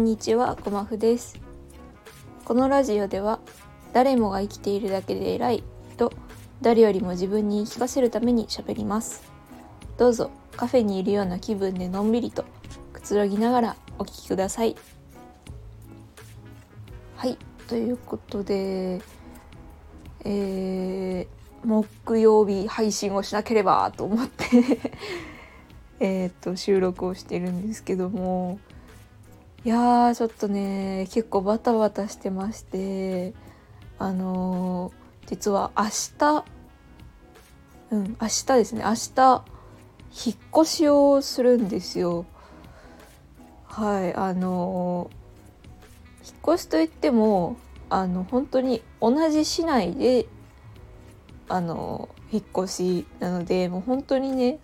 にちは、ごまふです。このラジオでは誰もが生きているだけで偉いと誰よりも自分に言い聞かせるために喋ります。どうぞカフェにいるような気分でのんびりとくつろぎながらお聞きください。はい、ということで、木曜日配信をしなければと思って収録をしてるんですけども、いやーちょっとね結構バタバタしてまして、実は明日ですね、明日引っ越しをするんですよ。はい、引っ越しといっても本当に同じ市内で引っ越しなので、もう本当にね、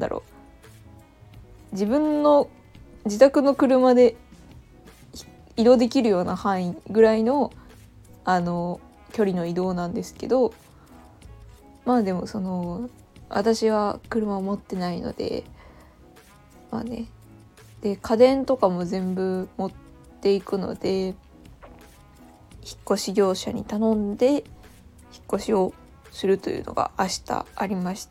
自分の自宅の車で移動できるような範囲ぐらいの距離の移動なんですけど、まあでも私は車を持ってないので、まあね、で家電とかも全部持っていくので、引っ越し業者に頼んで引っ越しをするというのが明日ありまして、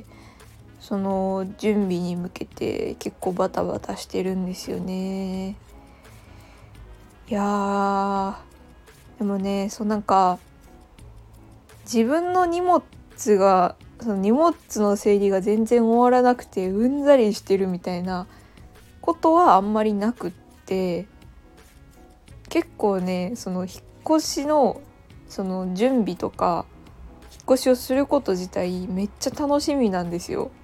その準備に向けて結構バタバタしてるんですよね。いやーでもね、自分の荷物がその荷物の整理が全然終わらなくてうんざりしてるみたいなことはあんまりなくって、結構ねその引っ越しのその準備とか引っ越しをすること自体めっちゃ楽しみなんですよ。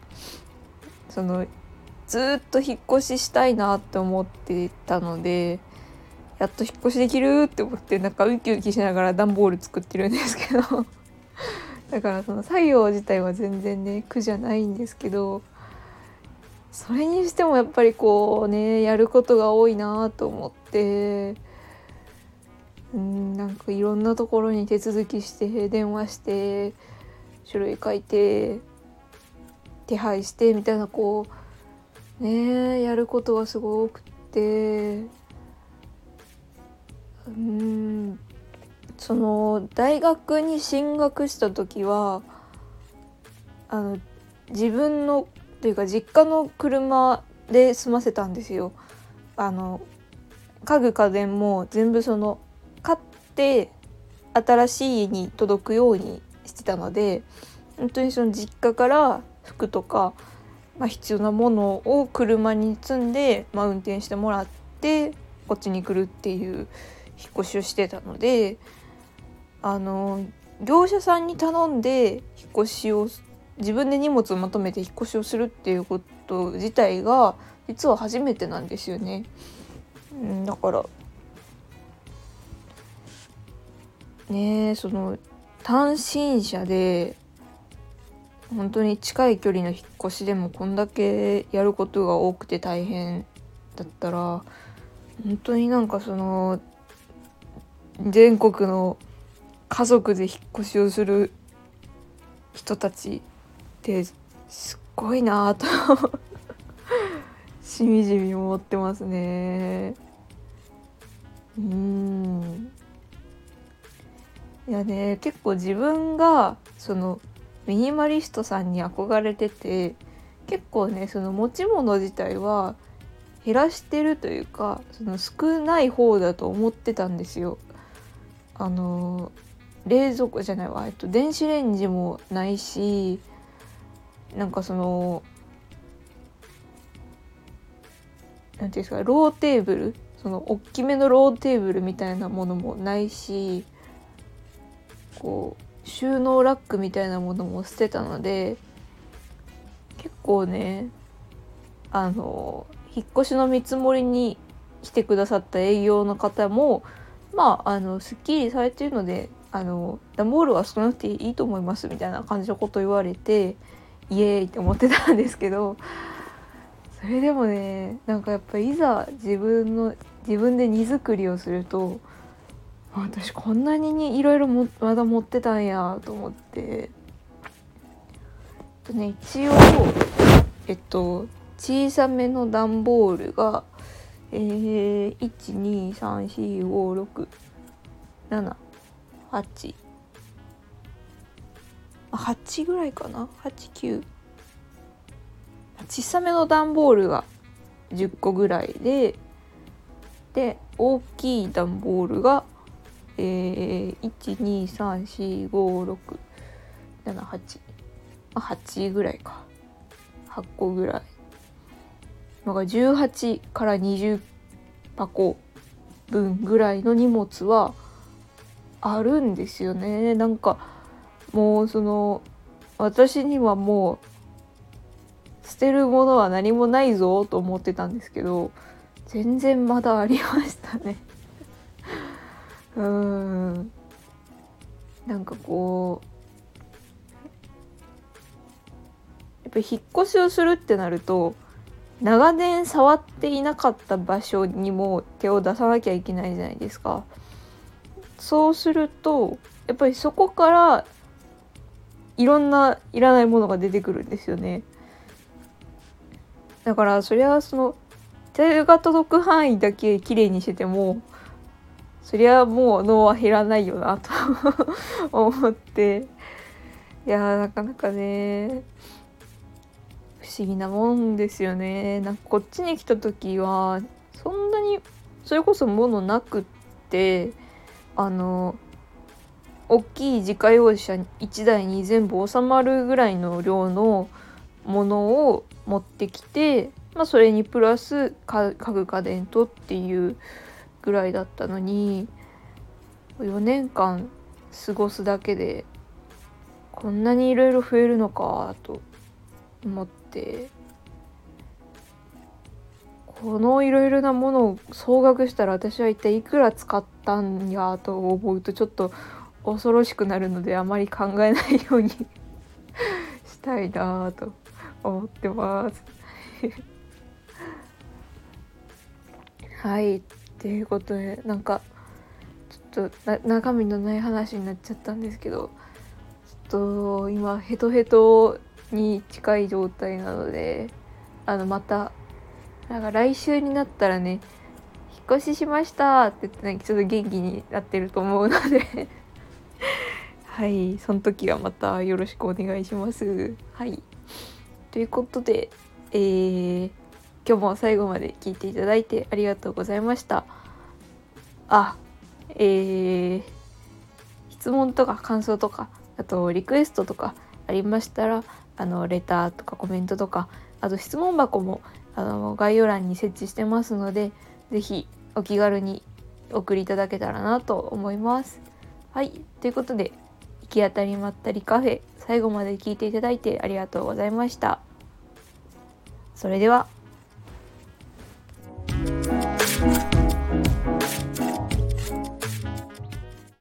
ずっと引っ越ししたいなって思ってたので、やっと引っ越しできるって思ってウキウキしながら段ボール作ってるんですけどだからその作業自体は全然ね苦じゃないんですけど、それにしてもやっぱりやることが多いなと思って、いろんなところに手続きして電話して書類書いて手配してみたいなやることがすごくて、大学に進学した時は自分のというか実家の車で済ませたんですよ。家具家電も全部買って新しい家に届くようにしてたので、本当に実家から服とか、必要なものを車に積んで、運転してもらってこっちに来るっていう引っ越しをしてたので、業者さんに頼んで引っ越しを自分で荷物をまとめて引っ越しをするっていうこと自体が実は初めてなんですよね。だからね、単身者で本当に近い距離の引っ越しでもこんだけやることが多くて大変だったら、本当に全国の家族で引っ越しをする人たちってすっごいなとしみじみ思ってますね。いやね、結構自分がミニマリストさんに憧れてて、結構ね持ち物自体は減らしてるというか少ない方だと思ってたんですよ。冷蔵庫じゃないわ、電子レンジもないし、なんていうんですか、ローテーブル、大きめのローテーブルみたいなものもないし、収納ラックみたいなものも捨てたので、結構ね引っ越しの見積もりに来てくださった営業の方もすっきりされているので段ボールは少なくていいと思いますみたいな感じのこと言われて、イエーイって思ってたんですけど、それでもねやっぱいざ自分で荷造りをすると、私こんなにいろいろまだ持ってたんやと思って、一応小さめの段ボールが 123456788ぐらいかな、89、小さめの段ボールが10個ぐらいで、大きい段ボールが、123456788、8ぐらいか、8個ぐらい、なんか18から20箱分ぐらいの荷物はあるんですよね。なんかもう私にはもう捨てるものは何もないぞと思ってたんですけど、全然まだありましたね。なんかこうやっぱり引っ越しをするってなると、長年触っていなかった場所にも手を出さなきゃいけないじゃないですか。そうするとやっぱりそこからいろんないらないものが出てくるんですよね。だからそりゃ手が届く範囲だけ綺麗にしてても、そりゃもう脳は減らないよなと思って、いやなかなかね不思議なもんですよね。なんかこっちに来た時はそんなにそれこそ物なくって、大きい自家用車1台に全部収まるぐらいの量のものを持ってきて、それにプラス家具家電とっていうぐらいだったのに、4年間過ごすだけでこんなにいろいろ増えるのかと思って、このいろいろなものを総額したら私は一体いくら使ったんやと思うとちょっと恐ろしくなるので、あまり考えないようにしたいなと思ってますはい、ということでなんかちょっと中身のない話になっちゃったんですけど、ちょっと今ヘトヘトに近い状態なので、またなんか来週になったらね、引っ越ししましたって言ってちょっと元気になってると思うのではい、その時はまたよろしくお願いします。はい、ということで、今日も最後まで聞いていただいてありがとうございました。質問とか感想とか、あとリクエストとかありましたら、レターとかコメントとか、あと質問箱も概要欄に設置してますので、ぜひお気軽にお送りいただけたらなと思います。はい、ということで、行き当たりまったりカフェ、最後まで聞いていただいてありがとうございました。それでは。